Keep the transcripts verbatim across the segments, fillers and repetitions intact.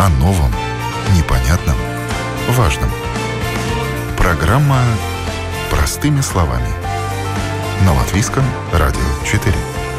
О новом, непонятном, важном. Программа «Простыми словами». На Латвийском радио четыре.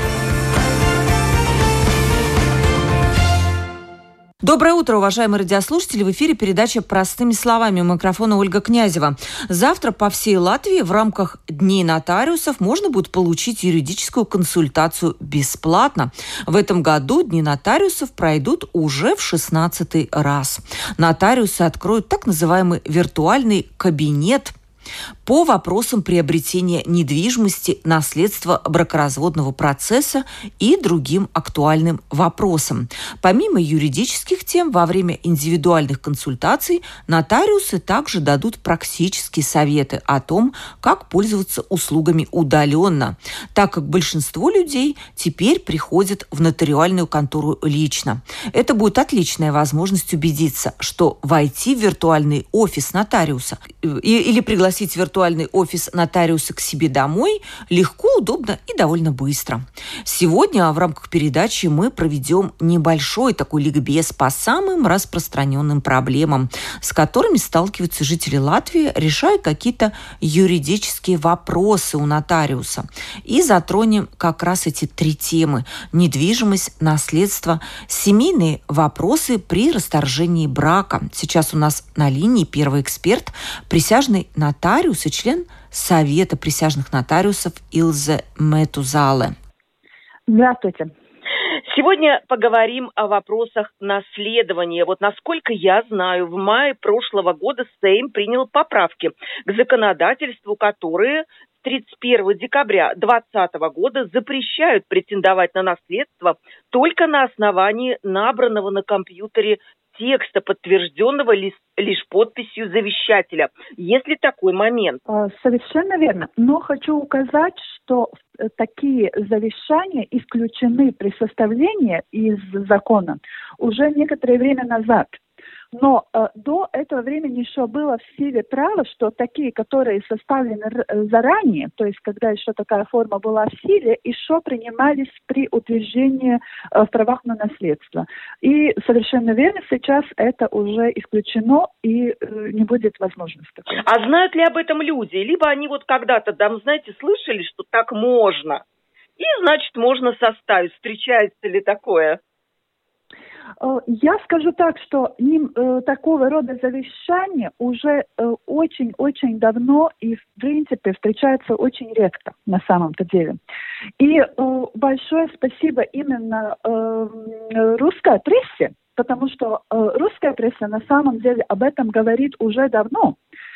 Доброе утро, уважаемые радиослушатели. В эфире передача «Простыми словами». У микрофона Ольга Князева. Завтра по всей Латвии в рамках Дней нотариусов можно будет получить юридическую консультацию бесплатно. В этом году Дни нотариусов пройдут уже в шестнадцатый раз. Нотариусы откроют так называемый виртуальный кабинет по вопросам приобретения недвижимости, наследства, бракоразводного процесса и другим актуальным вопросам. Помимо юридических тем, во время индивидуальных консультаций нотариусы также дадут практические советы о том, как пользоваться услугами удаленно, так как большинство людей теперь приходят в нотариальную контору лично. Это будет отличная возможность убедиться, что войти в виртуальный офис нотариуса или пригласить виртуальный офис нотариуса к себе домой легко, удобно и довольно быстро. Сегодня в рамках передачи мы проведем небольшой такой ликбез по самым распространенным проблемам, с которыми сталкиваются жители Латвии, решая какие-то юридические вопросы у нотариуса. И затронем как раз эти три темы: недвижимость, наследство, семейные вопросы при расторжении брака. Сейчас у нас на линии первый эксперт, присяжный нотариус и член Совета присяжных нотариусов Илзе Метузале. Здравствуйте. Сегодня поговорим о вопросах наследования. Вот насколько я знаю, в мае прошлого года Сейм принял поправки к законодательству, которые с тридцать первого декабря двадцатого года запрещают претендовать на наследство только на основании набранного на компьютере текста, подтвержденного лишь, лишь подписью завещателя. Есть ли такой момент? Совершенно верно. Но хочу указать, что такие завещания исключены при составлении из закона уже некоторое время назад. Но э, до этого времени еще было в силе право, что такие, которые составлены р- заранее, то есть когда еще такая форма была в силе, еще принимались при утверждении э, в правах на наследство. И совершенно верно, сейчас это уже исключено и э, не будет возможности. А знают ли об этом люди? Либо они вот когда-то, там, знаете, слышали, что так можно, и, значит, можно составить. Встречается ли такое? Я скажу так, что им, э, такого рода завещания уже э, очень-очень давно и, в принципе, встречаются очень редко на самом-то деле. И э, большое спасибо именно э, русской прессе, потому что э, русская пресса на самом деле об этом говорит уже давно.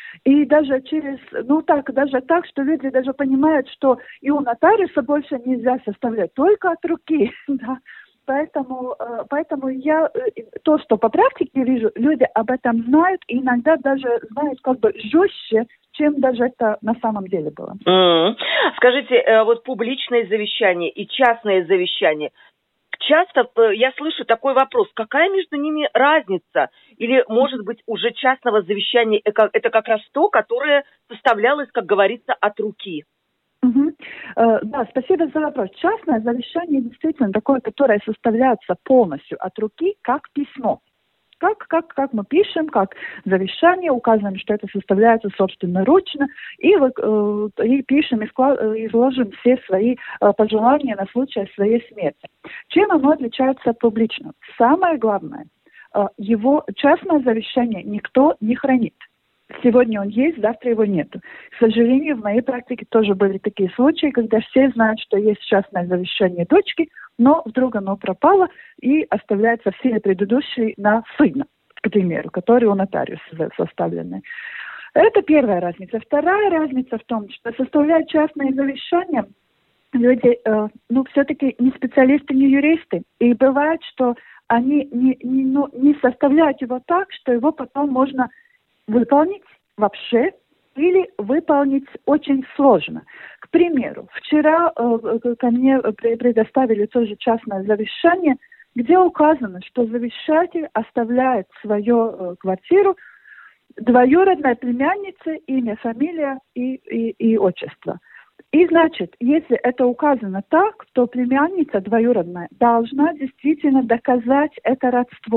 И даже через, ну так, даже так, что люди даже понимают, что и у нотариуса больше нельзя составлять, только от руки, да. Поэтому, поэтому я то, что по практике вижу, люди об этом знают и иногда даже знают как бы жестче, чем даже это на самом деле было. Mm-hmm. Скажите, вот публичное завещание и частное завещание. Часто я слышу такой вопрос: какая между ними разница? Или, может быть, уже частного завещания это как раз то, которое составлялось, как говорится, от руки? Угу. Uh, да, спасибо за вопрос. Частное завещание действительно такое, которое составляется полностью от руки, как письмо. Как, как, как мы пишем, как завещание, указываем, что это составляется собственноручно, и, э, и пишем, и вклад, изложим все свои э, пожелания на случай своей смерти. Чем оно отличается от публичного? Самое главное, э, его частное завещание никто не хранит. Сегодня он есть, завтра его нету. К сожалению, в моей практике тоже были такие случаи, когда все знают, что есть частное завещание дочки, но вдруг оно пропало и оставляется в силе предыдущей на сына, к примеру, который у нотариуса составлены. Это первая разница. Вторая разница в том, что составляя частное завещание, люди, э, ну, все-таки не специалисты, не юристы. И бывает, что они не, не, ну, не составляют его так, что его потом можно выполнить вообще или выполнить очень сложно. К примеру, вчера э, ко мне предоставили тоже частное завещание, где указано, что завещатель оставляет свою э, квартиру двоюродной племяннице, имя, фамилия и, и, и отчество. И, значит, если это указано так, то племянница двоюродная должна действительно доказать это родство.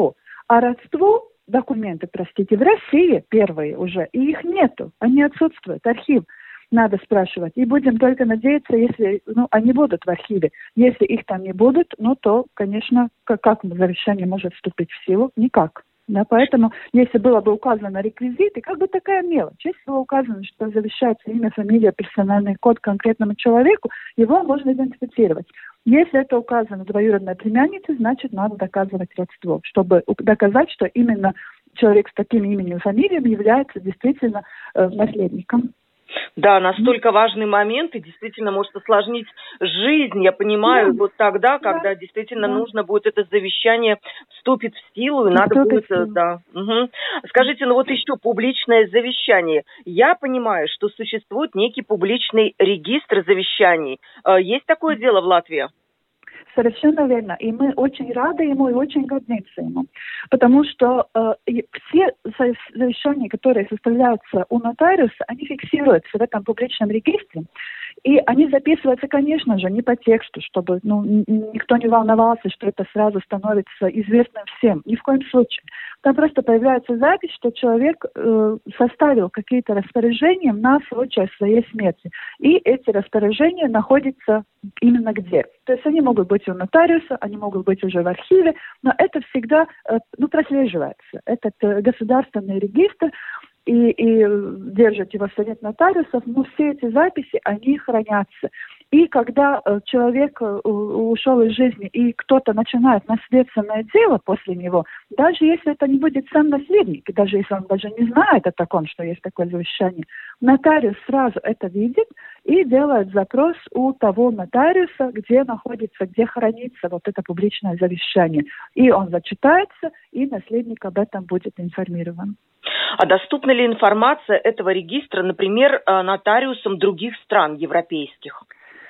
А родство, документы, простите, в России первые уже, и их нету, они отсутствуют, архив. Надо спрашивать. И будем только надеяться, если ну, они будут в архиве. Если их там не будут, ну то, конечно, как, как завещание может вступить в силу? Никак. Да, поэтому, если было бы указано реквизиты, как бы такая мелочь. Если было указано, что завещается имя, фамилия, персональный код конкретному человеку, его можно идентифицировать. Если это указано двоюродная племянница, значит, надо доказывать родство, чтобы доказать, что именно человек с таким именем и фамилией является действительно э, наследником. Да, настолько важный момент и действительно может осложнить жизнь, я понимаю, да. Вот тогда, когда да. действительно да. нужно будет это завещание вступит в силу, и надо будет, да. Угу. Скажите, ну вот еще публичное завещание. Я понимаю, что существует некий публичный регистр завещаний. Есть такое дело в Латвии? Совершенно верно. И мы очень рады ему и очень гордимся ему. Потому что э, все завещания, которые составляются у нотариуса, они фиксируются в этом публичном регистре. И они записываются, конечно же, не по тексту, чтобы ну, никто не волновался, что это сразу становится известным всем. Ни в коем случае. Там просто появляется запись, что человек э, составил какие-то распоряжения на случай своей смерти. И эти распоряжения находятся именно где. То есть они могут быть у нотариуса, они могут быть уже в архиве, но это всегда э, ну, прослеживается. Этот э, государственный регистр, и, и держит его совет нотариусов, но все эти записи, они хранятся. И когда э, человек э, ушел из жизни, и кто-то начинает наследственное дело после него, даже если это не будет сам наследник, и даже если он даже не знает о таком, что есть такое завещание, нотариус сразу это видит и делает запрос у того нотариуса, где находится, где хранится вот это публичное завещание. И он зачитается, и наследник об этом будет информирован. А доступна ли информация этого регистра, например, нотариусам других стран европейских?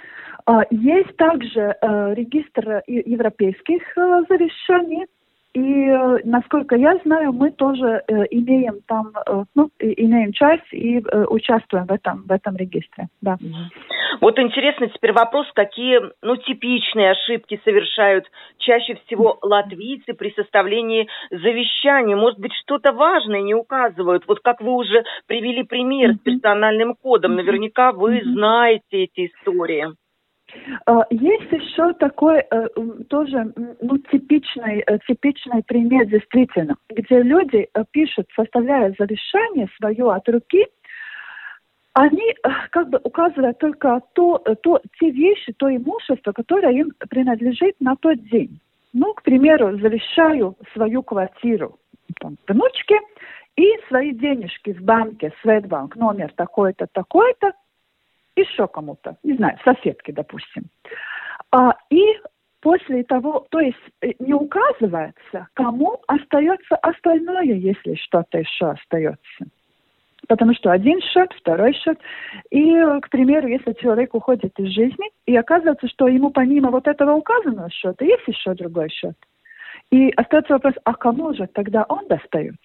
Есть также регистр европейских завещаний. И, насколько я знаю, мы тоже э, имеем там, э, ну, имеем часть и э, участвуем в этом, в этом регистре. Да. Вот интересно теперь вопрос, какие, ну, типичные ошибки совершают чаще всего латвийцы при составлении завещания. Может быть, что-то важное не указывают. Вот как вы уже привели пример с персональным кодом, наверняка вы знаете эти истории. Есть еще такой тоже ну, типичный, типичный пример действительно, где люди пишут, составляя завещание свое от руки, они как бы указывают только то, то, те вещи, то имущество, которое им принадлежит на тот день. Ну, к примеру, завещаю свою квартиру там, внучке и свои денежки в банке, Светбанк, номер такой-то, такой-то, еще кому-то, не знаю, соседке, допустим. А, и после того, то есть не указывается, кому остается остальное, если что-то еще остается. Потому что один счет, второй счет. И, к примеру, если человек уходит из жизни, и оказывается, что ему помимо вот этого указанного счета есть еще другой счет. И остается вопрос, а кому же тогда он достается?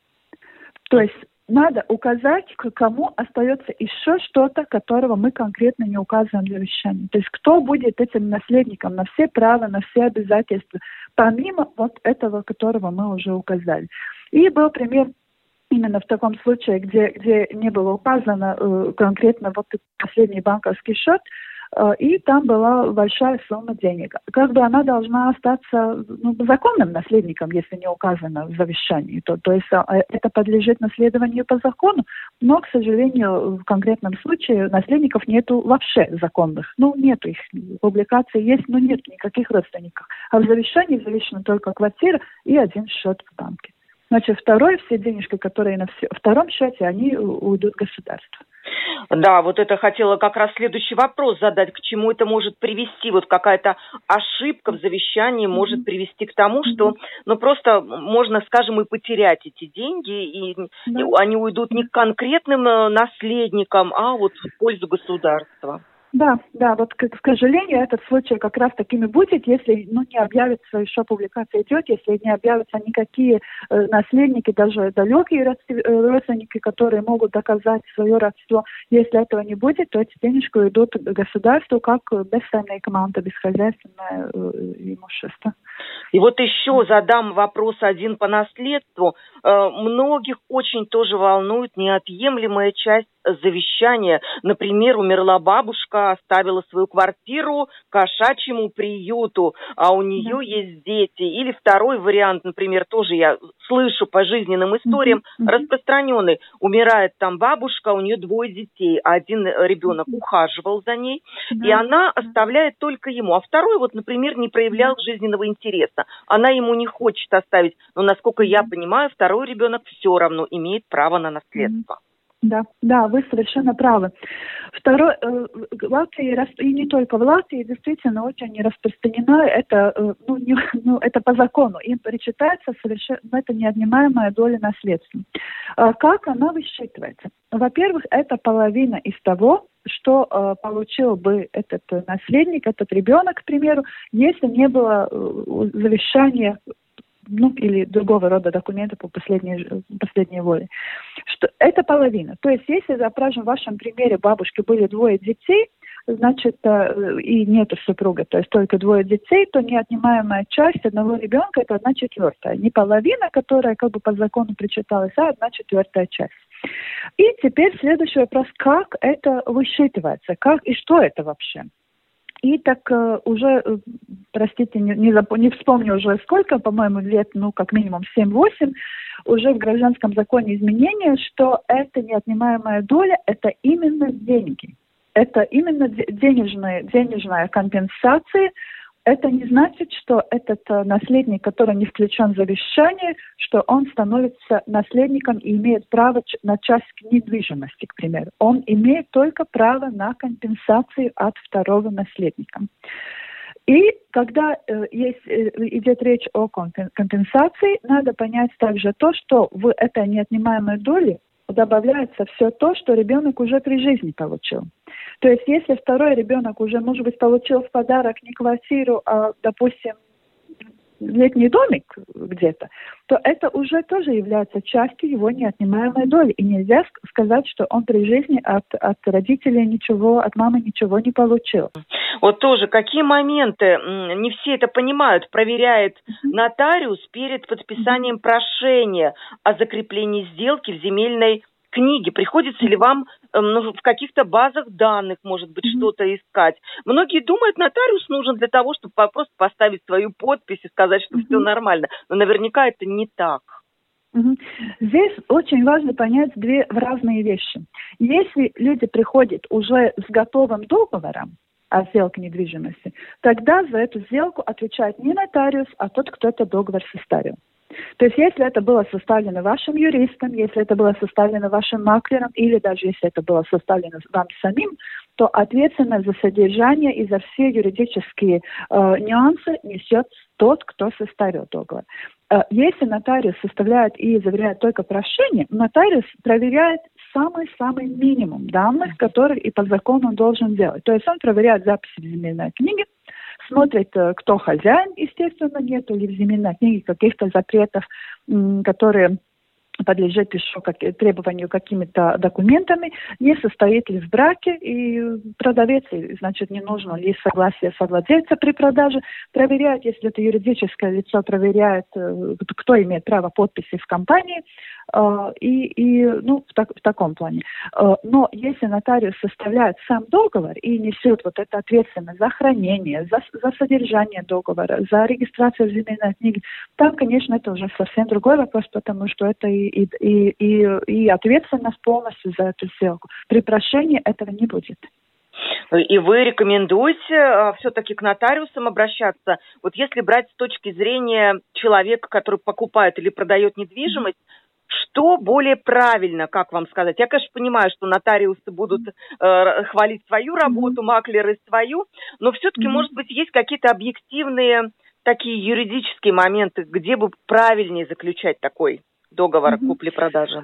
То есть надо указать, к кому остается еще что-то, которого мы конкретно не указываем в завещании. То есть кто будет этим наследником на все права, на все обязательства, помимо вот этого, которого мы уже указали. И был пример именно в таком случае, где, где не было указано э, конкретно вот последний банковский счет, э, и там была большая сумма денег. Как бы она должна остаться ну, законным наследником, если не указано в завещании. То, то есть э, это подлежит наследованию по закону, но, к сожалению, в конкретном случае наследников нету вообще законных. Ну, нету их. Публикации есть, но нет никаких родственников. А в завещании завещана только квартира и один счет в банке. Значит, второй, все денежки, которые на все, втором счете, они уйдут государству. Да, вот это хотела как раз следующий вопрос задать. К чему это может привести? Вот какая-то ошибка в завещании может mm-hmm. привести к тому, что mm-hmm. ну просто можно, скажем, и потерять эти деньги, и да. они уйдут не к конкретным наследникам, а вот в пользу государства. Да, да, вот, к, к сожалению, этот случай как раз таким и будет, если ну, не объявится, еще публикация идет, если не объявятся никакие э, наследники, даже далекие родственники, которые могут доказать свое родство. Если этого не будет, то эти денежки уйдут государству как бесценная команда, бесхозяйственное э, имущество. И вот еще задам вопрос один по наследству. Многих очень тоже волнует неотъемлемая часть завещания. Например, умерла бабушка, оставила свою квартиру кошачьему приюту, а у нее да. есть дети. Или второй вариант, например, тоже я слышу по жизненным историям, mm-hmm. распространенный. Умирает там бабушка, у нее двое детей, а один ребенок mm-hmm. ухаживал за ней, mm-hmm. и она оставляет только ему. А второй, вот, например, не проявлял mm-hmm. жизненного интереса. Она ему не хочет оставить, но, насколько mm-hmm. я понимаю, второй ребенок все равно имеет право на наследство. Mm-hmm. Да, да, вы совершенно правы. Второе, э, в Латвии, и не только в Латвии, действительно очень распространено это, э, ну, не, ну, это по закону. Им причитается совершенно, это неотнимаемая доля наследства. Э, как она высчитывается? Во-первых, это половина из того, что э, получил бы этот э, наследник, этот ребенок, к примеру, если не было э, завещания, ну, или другого рода документа по последней, последней воле. Что это половина. То есть, если, скажем, в вашем примере бабушки были двое детей, значит, и нету супруга, то есть только двое детей, то неотнимаемая часть одного ребенка – это одна четвертая. Не половина, которая как бы по закону причиталась, а одна четвертая часть. И теперь следующий вопрос, как это высчитывается, как и что это вообще? И так э, уже, э, простите, не, не, зап- не вспомню уже сколько, по-моему, лет, ну, как минимум семь-восемь, уже в гражданском законе изменения, что это неотнимаемая доля, это именно деньги. Это именно денежная, денежная компенсация. Это не значит, что этот э, наследник, который не включен в завещание, что он становится наследником и имеет право ч- на часть недвижимости, к примеру. Он имеет только право на компенсацию от второго наследника. И когда э, есть, э, идет речь о компенсации, надо понять также то, что в этой неотнимаемой доле добавляется все то, что ребенок уже при жизни получил. То есть, если второй ребенок уже, может быть, получил в подарок не квартиру, а, допустим, летний домик где-то, то это уже тоже является частью его неотнимаемой доли. И нельзя сказать, что он при жизни от, от родителей ничего, от мамы ничего не получил. Вот тоже, какие моменты, не все это понимают, проверяет uh-huh. нотариус перед подписанием uh-huh. прошения о закреплении сделки в земельной книге. Приходится ли вам ну, в каких-то базах данных, может быть, mm-hmm. что-то искать? Многие думают, нотариус нужен для того, чтобы просто поставить свою подпись и сказать, что mm-hmm. все нормально. Но наверняка это не так. Mm-hmm. Здесь очень важно понять две разные вещи. Если люди приходят уже с готовым договором о сделке недвижимости, тогда за эту сделку отвечает не нотариус, а тот, кто этот договор составил. То есть, если это было составлено вашим юристом, если это было составлено вашим маклером, или даже если это было составлено вам самим, то ответственность за содержание и за все юридические э, нюансы несет тот, кто составил договор. Э, если нотариус составляет и заверяет только прошение, нотариус проверяет самый-самый минимум данных, которые и по закону он должен делать. То есть он проверяет записи в земельной книге, смотрит, кто хозяин, естественно, нет ли в земельной книге каких-то запретов, которые подлежит еще как, требованию какими-то документами, не состоит ли в браке, и продавец, значит, не нужно ли согласие совладельца при продаже, проверяет, если это юридическое лицо, проверяет, кто имеет право подписи в компании, и, и ну, в, так, в таком плане. Но если нотариус составляет сам договор и несет вот эту ответственность за хранение, за, за содержание договора, за регистрацию в земельной книге, там, конечно, это уже совсем другой вопрос, потому что это и И, и, и, и ответственность полностью за эту сделку. При прошении этого не будет. И вы рекомендуете а, все-таки к нотариусам обращаться? Вот если брать с точки зрения человека, который покупает или продает недвижимость, что более правильно, как вам сказать? Я, конечно, понимаю, что нотариусы будут э, хвалить свою работу, mm-hmm. маклеры свою, но все-таки, mm-hmm. может быть, есть какие-то объективные такие юридические моменты, где бы правильнее заключать такой договор mm-hmm. купли-продажи?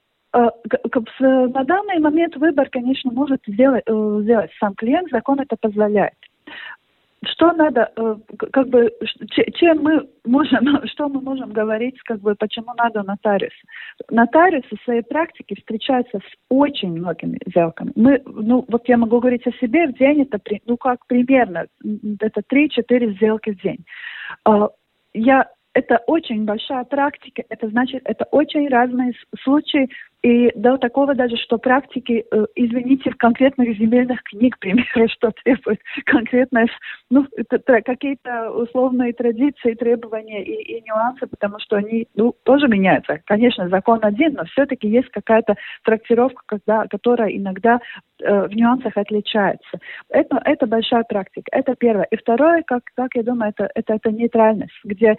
На данный момент выбор, конечно, может сделать, сделать сам клиент, закон это позволяет. Что надо, как бы, чем мы можем, что мы можем говорить, как бы, почему надо нотариус? Нотариус в своей практике встречается с очень многими сделками. Мы, ну, вот я могу говорить о себе, в день это, ну, как примерно, это три-четыре сделки в день. я это очень большая практика, это значит, это очень разные случаи, и до такого даже, что практики, э, извините, в конкретных земельных книг, к примеру, что требует конкретные, ну, это, какие-то условные традиции, требования и, и нюансы, потому что они, ну, тоже меняются. Конечно, закон один, но все-таки есть какая-то трактировка, когда, которая иногда э, в нюансах отличается. Это, это большая практика, это первое. И второе, как, как я думаю, это, это, это нейтральность, где,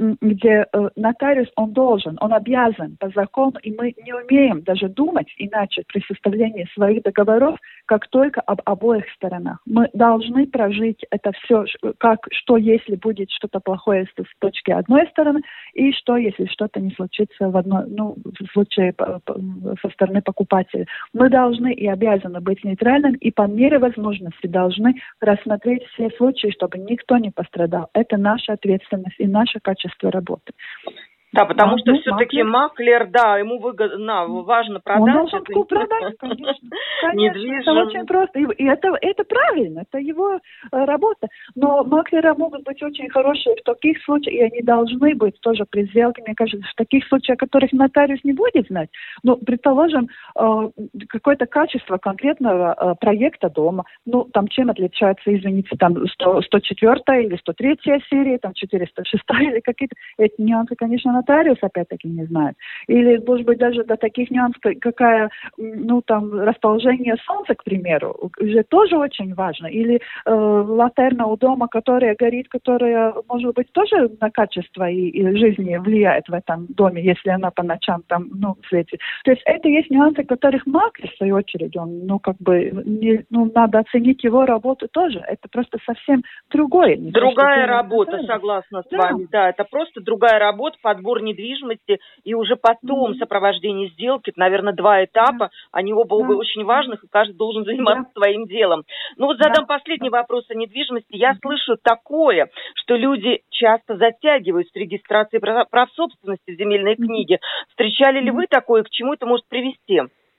где э, нотариус, он должен, он обязан по закону, и мы не умеем даже думать иначе при составлении своих договоров, как только об обоих сторонах. Мы должны прожить это все, как, что если будет что-то плохое с, с точки одной стороны, и что если что-то не случится в одной, ну, в случае со стороны покупателя. Мы должны и обязаны быть нейтральными, и по мере возможности должны рассмотреть все случаи, чтобы никто не пострадал. Это наша ответственность и наше качество работы. Да, потому а, что ну, все-таки маклер, маклер, да, ему выгодно, важно продать. Он должен это продать, конечно. Конечно, это очень просто. И, и это, это правильно, это его э, работа. Но маклеры могут быть очень хорошие в таких случаях, и они должны быть тоже при сделке, мне кажется, в таких случаях, о которых нотариус не будет знать. Ну, предположим, э, какое-то качество конкретного э, проекта дома, ну, там чем отличается, извините, там сто, сто четвёртая или сто третья серия, там четыреста шестая или какие-то, эти нюансы, конечно, нотариус опять-таки не знает. Или, может быть, даже до таких нюансов, какая, ну, там, расположение солнца, к примеру, уже тоже очень важно. Или э, латерна у дома, которая горит, которая, может быть, тоже на качество и, и жизни влияет в этом доме, если она по ночам там, ну, светит. То есть это есть нюансы, которых маклер, в свою очередь, он, ну, как бы, не, ну, надо оценить его работу тоже. Это просто совсем другое. Другая работа, согласна с да. вами. Да, это просто другая работа, подбор недвижимости и уже потом mm-hmm. сопровождение сделки. Это, наверное, два этапа. Yeah. Они оба, yeah. оба очень важных, и каждый должен заниматься yeah. своим делом. Ну вот задам yeah. последний вопрос о недвижимости. Я mm-hmm. слышу такое, что люди часто затягивают с регистрацией прав, прав собственности в земельной mm-hmm. книге. Встречали mm-hmm. ли вы такое? К чему это может привести?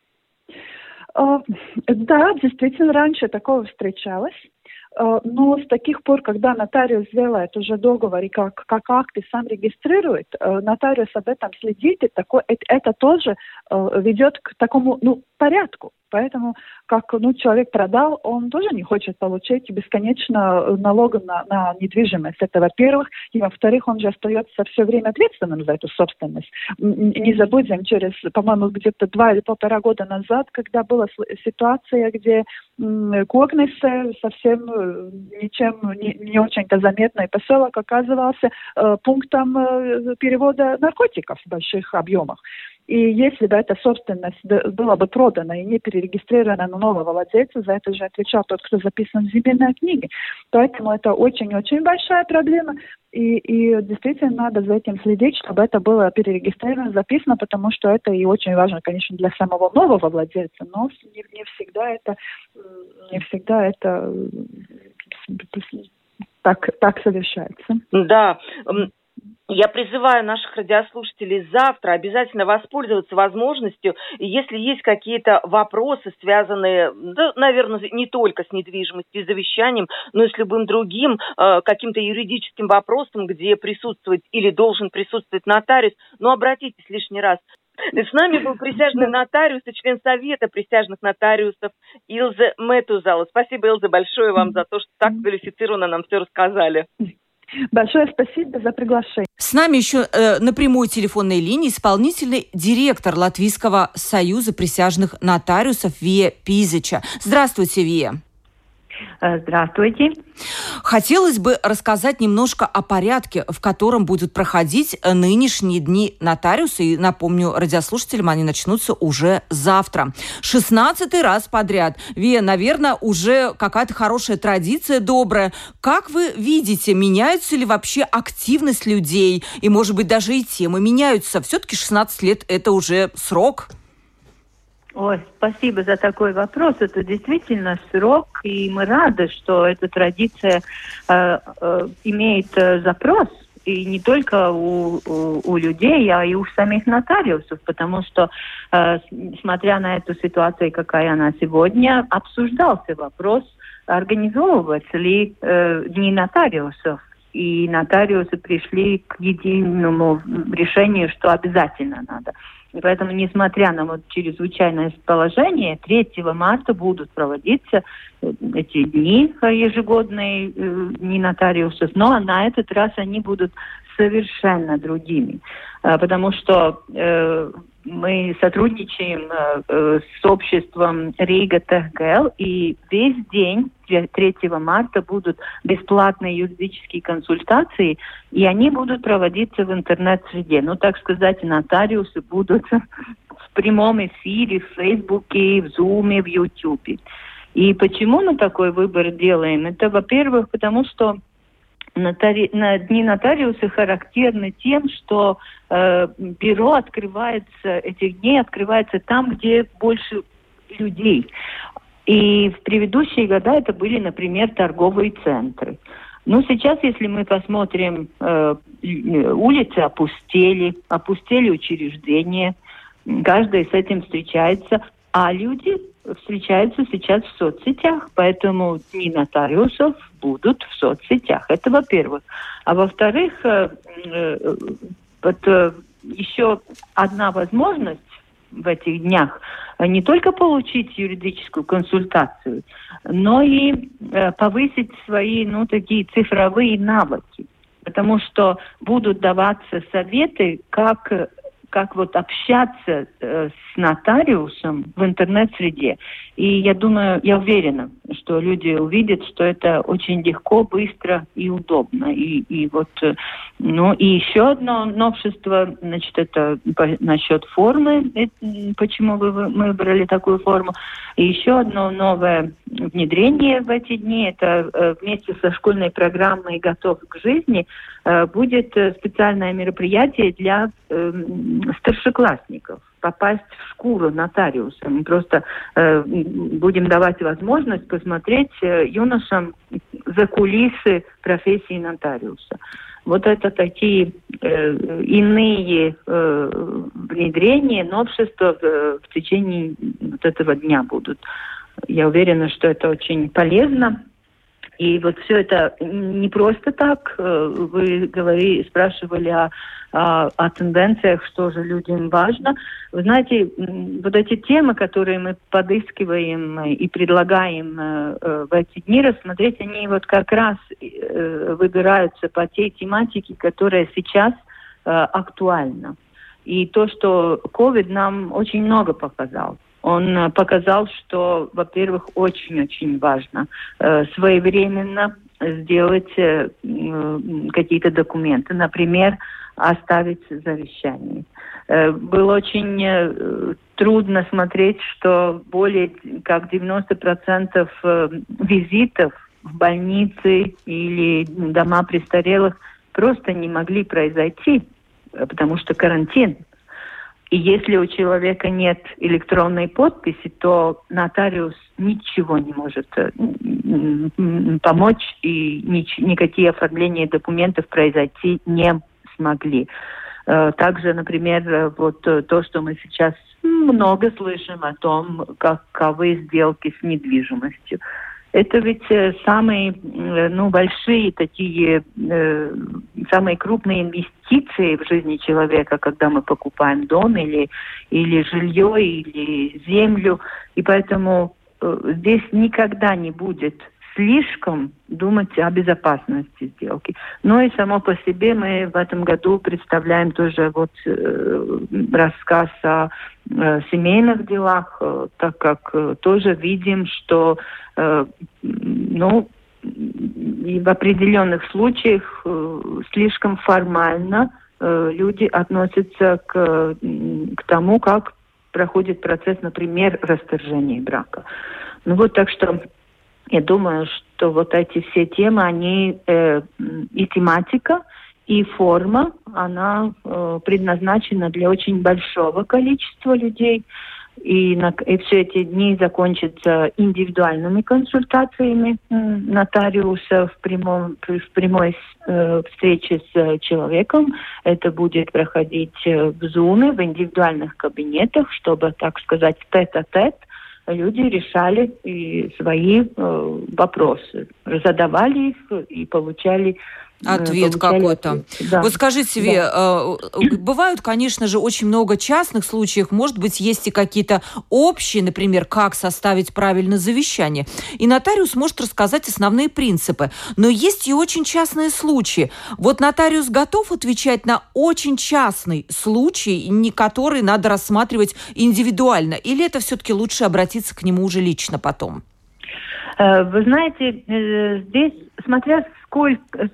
Uh, да, действительно, раньше такого встречалось. Но с таких пор, когда нотариус делает уже договор и как, как акты сам регистрирует, нотариус об этом следит, и такой, это, это тоже ведет к такому, ну, порядку. Поэтому, как, ну, человек продал, он тоже не хочет получить бесконечно налога на, на недвижимость. Это, во-первых. И, во-вторых, он же остается все время ответственным за эту собственность. Не забудем, через, по-моему, где-то два или полтора года назад, когда была ситуация, где Koknese, совсем ничем не, не очень-то заметный поселок, оказывался э, пунктом э, перевода наркотиков в больших объемах. И если бы эта собственность была бы продана и не перерегистрирована на нового владельца, за это же отвечал тот, кто записан в земельной книге. Поэтому это очень-очень большая проблема. И, и действительно надо за этим следить, чтобы это было перерегистрировано, записано, потому что это и очень важно, конечно, для самого нового владельца, но не, не всегда это, не всегда это так, так совершается. Да. Я призываю наших радиослушателей завтра обязательно воспользоваться возможностью, и если есть какие-то вопросы, связанные, да, наверное, не только с недвижимостью и завещанием, но и с любым другим э, каким-то юридическим вопросом, где присутствует или должен присутствовать нотариус, но обратитесь лишний раз. С нами был присяжный нотариус и член Совета присяжных нотариусов Илза Метузала. Спасибо, Илза, большое вам за то, что так квалифицированно нам все рассказали. Большое спасибо за приглашение. С нами еще э, на прямой телефонной линии исполнительный директор Латвийского союза присяжных нотариусов Вия Пизича. Здравствуйте, Вия. Здравствуйте. Хотелось бы рассказать немножко о порядке, в котором будут проходить нынешние дни нотариуса. И напомню радиослушателям, они начнутся уже завтра. шестнадцатый раз подряд. Вия, наверное, уже какая-то хорошая традиция, добрая. Как вы видите, меняется ли вообще активность людей? И, может быть, даже и темы меняются. Все-таки шестнадцать лет – это уже срок. Ой, спасибо за такой вопрос. Это действительно срок, и мы рады, что эта традиция э, э, имеет э, запрос, и не только у, у, у людей, а и у самих нотариусов, потому что, э, смотря на эту ситуацию, какая она сегодня, обсуждался вопрос, организовывать ли э, дни нотариусов. и нотариусы пришли к единому решению, что обязательно надо. И поэтому, несмотря на вот чрезвычайное положение, третьего марта будут проводиться эти дни ежегодные, дни нотариусов, но на этот раз они будут совершенно другими, потому что э, мы сотрудничаем э, с обществом Рига ТГЛ, и весь день третьего марта будут бесплатные юридические консультации, и они будут проводиться в интернет-среде. Ну, так сказать, нотариусы будут в прямом эфире, в Фейсбуке, в Зуме, в Ютубе. И почему мы такой выбор делаем? Это, во-первых, потому что Нотари... на дни нотариуса характерны тем, что э, бюро открывается, этих дней открывается там, где больше людей. И в предыдущие года это были, например, торговые центры. Ну, сейчас, если мы посмотрим, э, улицы опустели, опустели учреждения, каждый с этим встречается, а люди встречаются сейчас в соцсетях, поэтому дни нотариусов будут в соцсетях. Это во-первых. А во-вторых, э, э, вот, э, еще одна возможность в этих днях не только получить юридическую консультацию, но и э, повысить свои, ну, такие цифровые навыки. Потому что будут даваться советы, как как вот общаться э, с нотариусом в интернет-среде. И я думаю, я уверена, что люди увидят, что это очень легко, быстро и удобно. И, и вот, э, ну, и еще одно новшество, значит, это по, насчет формы, это, почему вы, мы выбрали такую форму. И еще одно новое внедрение в эти дни, это э, вместе со школьной программой «Готов к жизни» э, будет э, специальное мероприятие для э, старшеклассников попасть в шкуру нотариуса. Мы просто э, будем давать возможность посмотреть э, юношам за кулисы профессии нотариуса. Вот это такие э, иные э, внедрения, новшества в, в течение вот этого дня будут. Я уверена, что это очень полезно. И вот все это не просто так. Вы говорили, спрашивали о, о, о тенденциях, что же людям важно. Вы знаете, вот эти темы, которые мы подыскиваем и предлагаем в эти дни рассмотреть, они вот как раз выбираются по той тематике, которая сейчас актуальна. И то, что ковид нам очень много показал. Он показал, что, во-первых, очень-очень важно э, своевременно сделать э, какие-то документы, например, оставить завещание. Э, было очень э, трудно смотреть, что более как девяносто процентов э, визитов в больницы или дома престарелых просто не могли произойти, потому что карантин. И если у человека нет электронной подписи, то нотариус ничего не может помочь, и нич- никакие оформления документов произойти не смогли. Также, например, вот то, что мы сейчас много слышим о том, каковы сделки с недвижимостью. Это ведь самые, ну, большие такие, э, самые крупные инвестиции в жизни человека, когда мы покупаем дом или, или жилье, или землю. И поэтому э, здесь никогда не будет слишком думать о безопасности сделки. Но и само по себе мы в этом году представляем тоже вот э, рассказ о э, семейных делах, э, так как э, тоже видим, что э, ну, и в определенных случаях э, слишком формально э, люди относятся к, к тому, как проходит процесс, например, расторжения брака. Ну вот, так что я думаю, что вот эти все темы, они э, и тематика, и форма, она э, предназначена для очень большого количества людей. И, на, и все эти дни закончатся индивидуальными консультациями э, нотариуса в, прямом, в прямой э, встрече с человеком. Это будет проходить в Zoom, в индивидуальных кабинетах, чтобы, так сказать, тет-а-тет люди решали и свои э, вопросы, задавали их и получали Ответ какой-то. Ответ. Да. Вот скажите, Ви, да. э, бывают, конечно же, очень много частных случаев. Может быть, есть и какие-то общие, например, как составить правильное завещание. И нотариус может рассказать основные принципы. Но есть и очень частные случаи. Вот нотариус готов отвечать на очень частный случай, не который надо рассматривать индивидуально? Или это все-таки лучше обратиться к нему уже лично потом? Вы знаете, здесь, смотря сколько,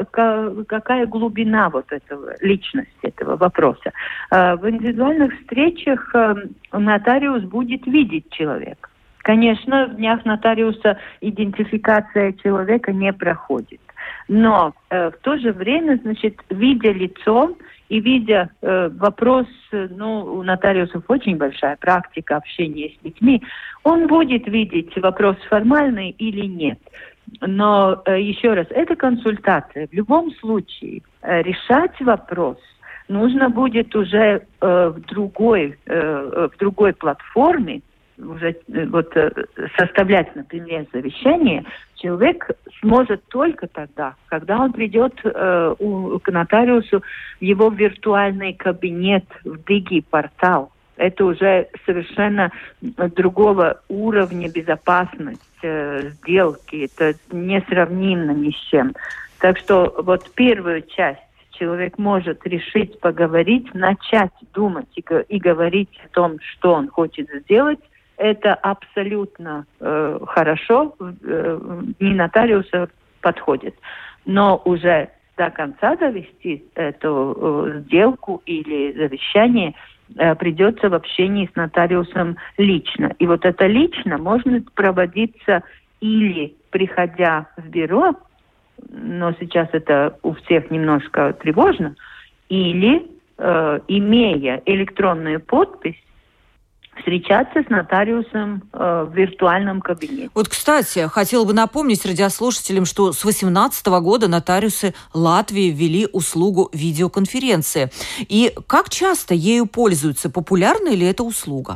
какая глубина вот этого, личности этого вопроса. В индивидуальных встречах нотариус будет видеть человека. Конечно, в днях нотариуса идентификация человека не проходит. Но в то же время, значит, видя лицо и видя э, вопрос, ну, у нотариусов очень большая практика общения с людьми, он будет видеть вопрос формальный или нет. Но э, еще раз, это консультация. В любом случае э, решать вопрос нужно будет уже э, в другой, э, в другой платформе, уже э, вот э, составлять, например, завещание. Человек сможет только тогда, когда он придет э, у, к нотариусу в его виртуальный кабинет, в Диги-портал. Это уже совершенно другого уровня безопасности э, сделки. Это несравнимо ни с чем. Так что вот первую часть человек может решить поговорить, начать думать и, и говорить о том, что он хочет сделать. Это абсолютно э, хорошо, э, не нотариуса подходит. Но уже до конца довести эту э, сделку или завещание э, придется в общении с нотариусом лично. И вот это лично может проводиться или приходя в бюро, но сейчас это у всех немножко тревожно, или э, имея электронную подпись, встречаться с нотариусом э, в виртуальном кабинете. Вот, кстати, хотела бы напомнить радиослушателям, что с две тысячи восемнадцатого года нотариусы Латвии ввели услугу видеоконференции. И как часто ею пользуются? Популярна ли эта услуга?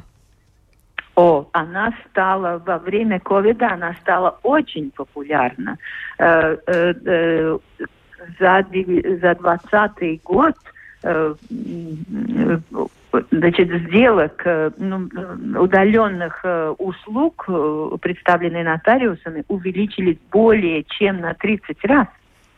О, она стала во время ковида, она стала очень популярна. Э, э, э, за, за двадцатый год э, значит, сделок, ну, удаленных услуг, представленных нотариусами, увеличились более чем на тридцать раз.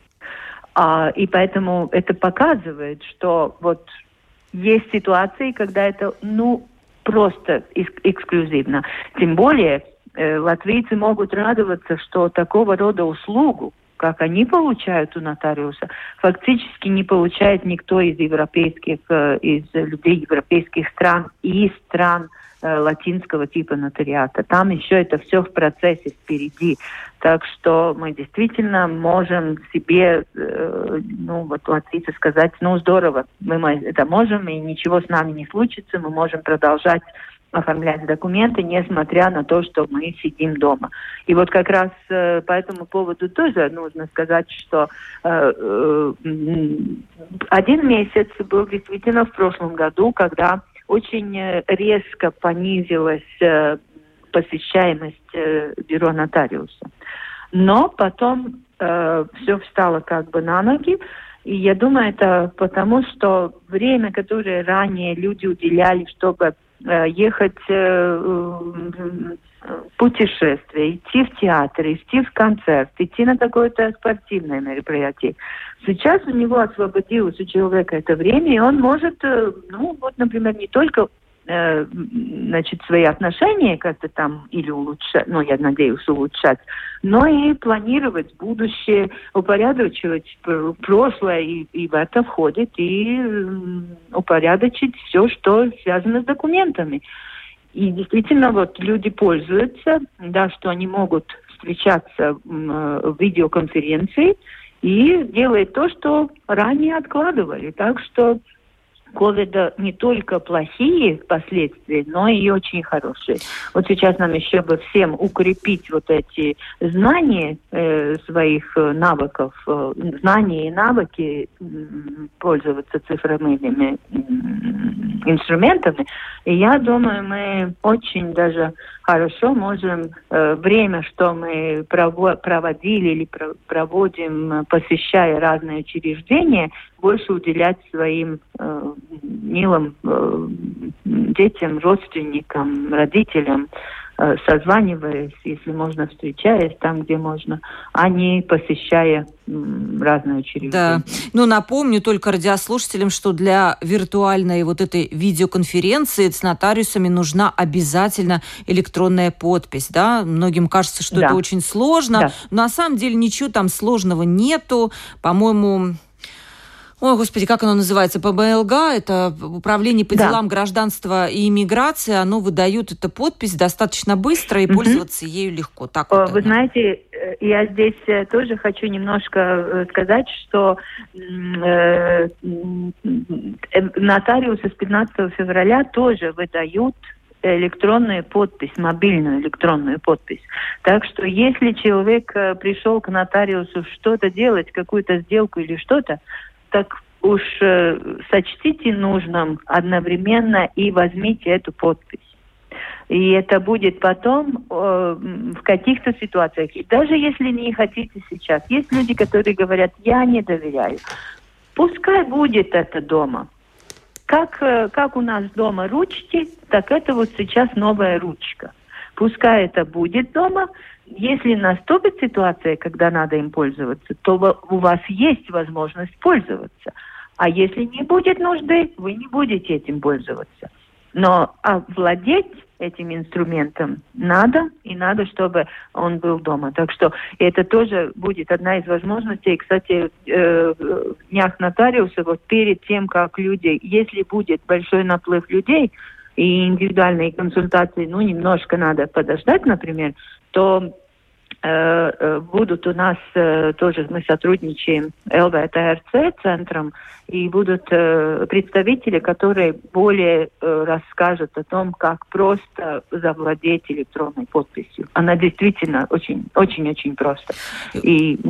А, и поэтому это показывает, что вот есть ситуации, когда это, ну, просто эк- эксклюзивно. Тем более э, латвийцы могут радоваться, что такого рода услугу, как они получают у нотариуса, фактически не получает никто из европейских, из людей европейских стран и из стран э, латинского типа нотариата. Там еще это все в процессе впереди. Так что мы действительно можем себе, э, ну вот латвийцы сказать, ну здорово, мы это можем, и ничего с нами не случится, мы можем продолжать оформлять документы, несмотря на то, что мы сидим дома. И вот как раз э, по этому поводу тоже нужно сказать, что э, э, один месяц был действительно в прошлом году, когда очень резко понизилась э, посещаемость э, бюро нотариуса. Но потом э, все встало как бы на ноги. И я думаю, это потому, что время, которое ранее люди уделяли, чтобы ехать в путешествие, идти в театр, идти в концерт, идти на какое-то спортивное мероприятие. Сейчас у него освободилось у человека это время, и он может, ну, вот, например, не только э, значит, свои отношения как-то там или улучшать, ну, я надеюсь, улучшать, но и планировать будущее, упорядочивать прошлое, и, и в это входит и упорядочить все, что связано с документами. И действительно, вот люди пользуются, да, что они могут встречаться в видеоконференции и делать то, что ранее откладывали. Так что ковида не только плохие последствия, но и очень хорошие. Вот сейчас нам еще бы всем укрепить вот эти знания э, своих навыков, э, знания и навыки э, пользоваться цифровыми э, инструментами. И я думаю, мы очень даже хорошо можем э, время, что мы прово- проводили или про- проводим, посещая разные учреждения, больше уделять своим э, милым э, детям, родственникам, родителям, э, созваниваясь, если можно, встречаясь там, где можно, а не посещая э, разные учреждения. Да. Ну, напомню только радиослушателям, что для виртуальной вот этой видеоконференции с нотариусами нужна обязательно электронная подпись, да? Многим кажется, что да. это очень сложно, да. но на самом деле ничего там сложного нету. По-моему... Ой, господи, как оно называется? ПБЛГ, это Управление по да. делам гражданства и иммиграции, оно выдает эту подпись достаточно быстро, и угу. пользоваться ею легко. Так Вы вот знаете, я здесь тоже хочу немножко сказать, что э, нотариусы с пятнадцатого февраля тоже выдают электронную подпись, мобильную электронную подпись. Так что если человек пришел к нотариусу что-то делать, какую-то сделку или что-то, так уж э, сочтите нужным одновременно и возьмите эту подпись. И это будет потом э, в каких-то ситуациях. И даже если не хотите сейчас, есть люди, которые говорят, я не доверяю. Пускай будет это дома. Как, э, как у нас дома ручки, так это вот сейчас новая ручка. Пускай это будет дома. Если наступит ситуация, когда надо им пользоваться, то у вас есть возможность пользоваться. А если не будет нужды, вы не будете этим пользоваться. Но овладеть этим инструментом надо, и надо, чтобы он был дома. Так что это тоже будет одна из возможностей. Кстати, в днях нотариуса, вот перед тем, как люди, если будет большой наплыв людей, и индивидуальные консультации, ну, немножко надо подождать, например, то э, будут у нас э, тоже, мы сотрудничаем эл вэ тэ эр цэ центром, и будут э, представители, которые более э, расскажут о том, как просто завладеть электронной подписью. Она действительно очень, очень-очень просто. И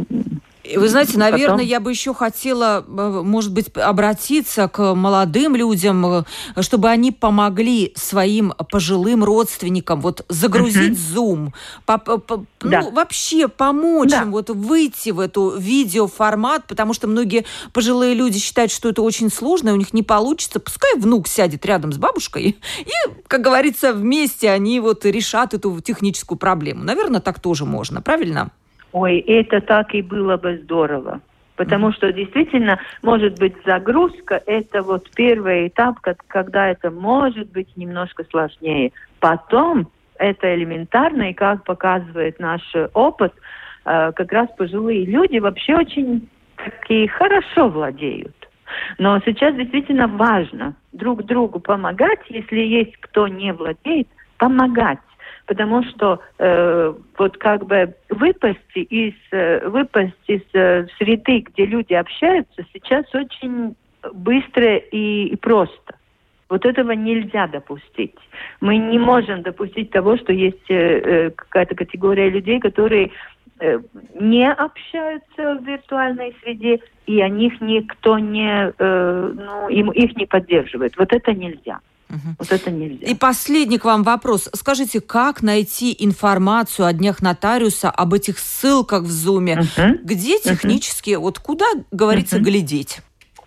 вы знаете, наверное, потом... я бы еще хотела, может быть, обратиться к молодым людям, чтобы они помогли своим пожилым родственникам вот загрузить Zoom, по, по, по, да. ну, вообще помочь да. им вот выйти в эту видеоформат, потому что многие пожилые люди считают, что это очень сложно, и у них не получится. Пускай внук сядет рядом с бабушкой, и, как говорится, вместе они вот решат эту техническую проблему. Наверное, так тоже можно, правильно? Ой, это так и было бы здорово. Потому mm-hmm. что действительно, может быть, загрузка – это вот первый этап, когда это может быть немножко сложнее. Потом это элементарно, и как показывает наш опыт, как раз пожилые люди вообще очень такие хорошо владеют. Но сейчас действительно важно друг другу помогать, если есть кто не владеет, помогать. Потому что э, вот как бы выпасть из, э, выпасть из э, среды, где люди общаются, сейчас очень быстро и, и просто. Вот этого нельзя допустить. Мы не можем допустить того, что есть э, какая-то категория людей, которые э, не общаются в виртуальной среде, и о них никто не, э, ну, им, их не поддерживает. Вот это нельзя. Угу. Вот это нельзя. И последний к вам вопрос. Скажите, как найти информацию о днях нотариуса, об этих ссылках в Зуме? Угу. Где технически, угу. вот куда, говорится, угу. глядеть?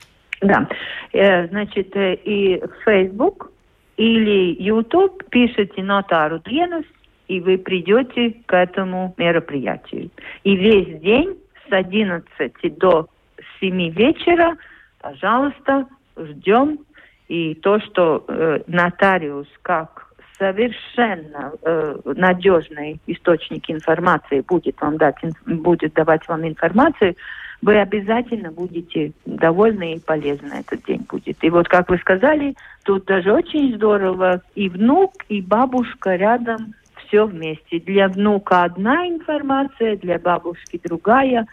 Да, э, значит, э, и Facebook или YouTube пишите «Нотару dienas», и вы придете к этому мероприятию. И весь день с одиннадцати до семи вечера, пожалуйста, ждем. И то, что э, нотариус как совершенно э, надежный источник информации будет вам дать, будет давать вам информацию, вы обязательно будете довольны и полезны этот день будет. И вот, как вы сказали, тут даже очень здорово, и внук, и бабушка рядом, все вместе. Для внука одна информация, для бабушки другая.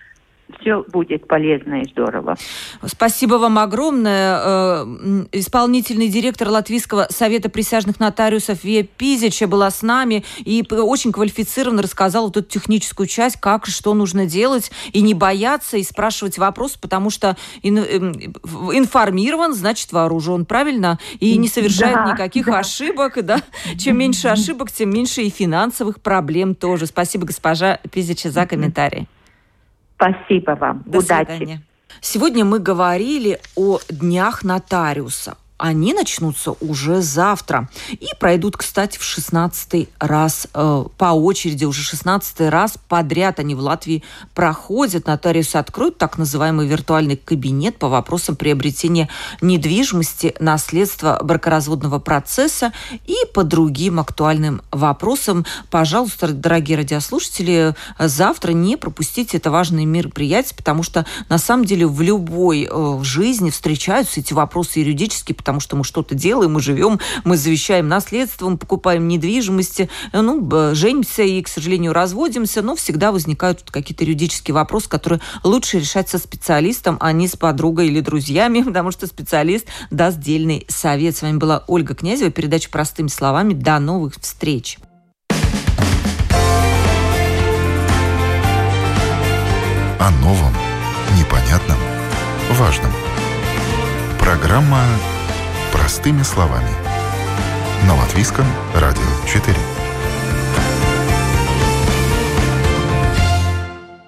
все будет полезно и здорово. Спасибо вам огромное. Исполнительный директор Латвийского совета присяжных нотариусов Вия Пизича была с нами и очень квалифицированно рассказала вот эту техническую часть, как, что нужно делать, и не бояться, и спрашивать вопросы, потому что информирован, значит вооружен, правильно? И не совершает да, никаких да. ошибок, да? Чем меньше ошибок, тем меньше и финансовых проблем тоже. Спасибо, госпожа Пизича, за комментарий. Спасибо вам. До Удачи. Свидания. Сегодня мы говорили о днях нотариуса. Они начнутся уже завтра. И пройдут, кстати, в шестнадцатый раз э, по очереди. Уже шестнадцатый раз подряд они в Латвии проходят. Нотариусы откроют так называемый виртуальный кабинет по вопросам приобретения недвижимости, наследства, бракоразводного процесса и по другим актуальным вопросам. Пожалуйста, дорогие радиослушатели, завтра не пропустите это важное мероприятие, потому что на самом деле в любой э, жизни встречаются эти вопросы юридические, потому что мы что-то делаем, мы живем, мы завещаем наследство, мы покупаем недвижимости, ну, женимся и, к сожалению, разводимся, но всегда возникают какие-то юридические вопросы, которые лучше решать со специалистом, а не с подругой или друзьями, потому что специалист даст дельный совет. С вами была Ольга Князева, передача «Простыми словами». До новых встреч! О новом, непонятном, важном. Программа «Простыми словами» на Латвийском радио четыре.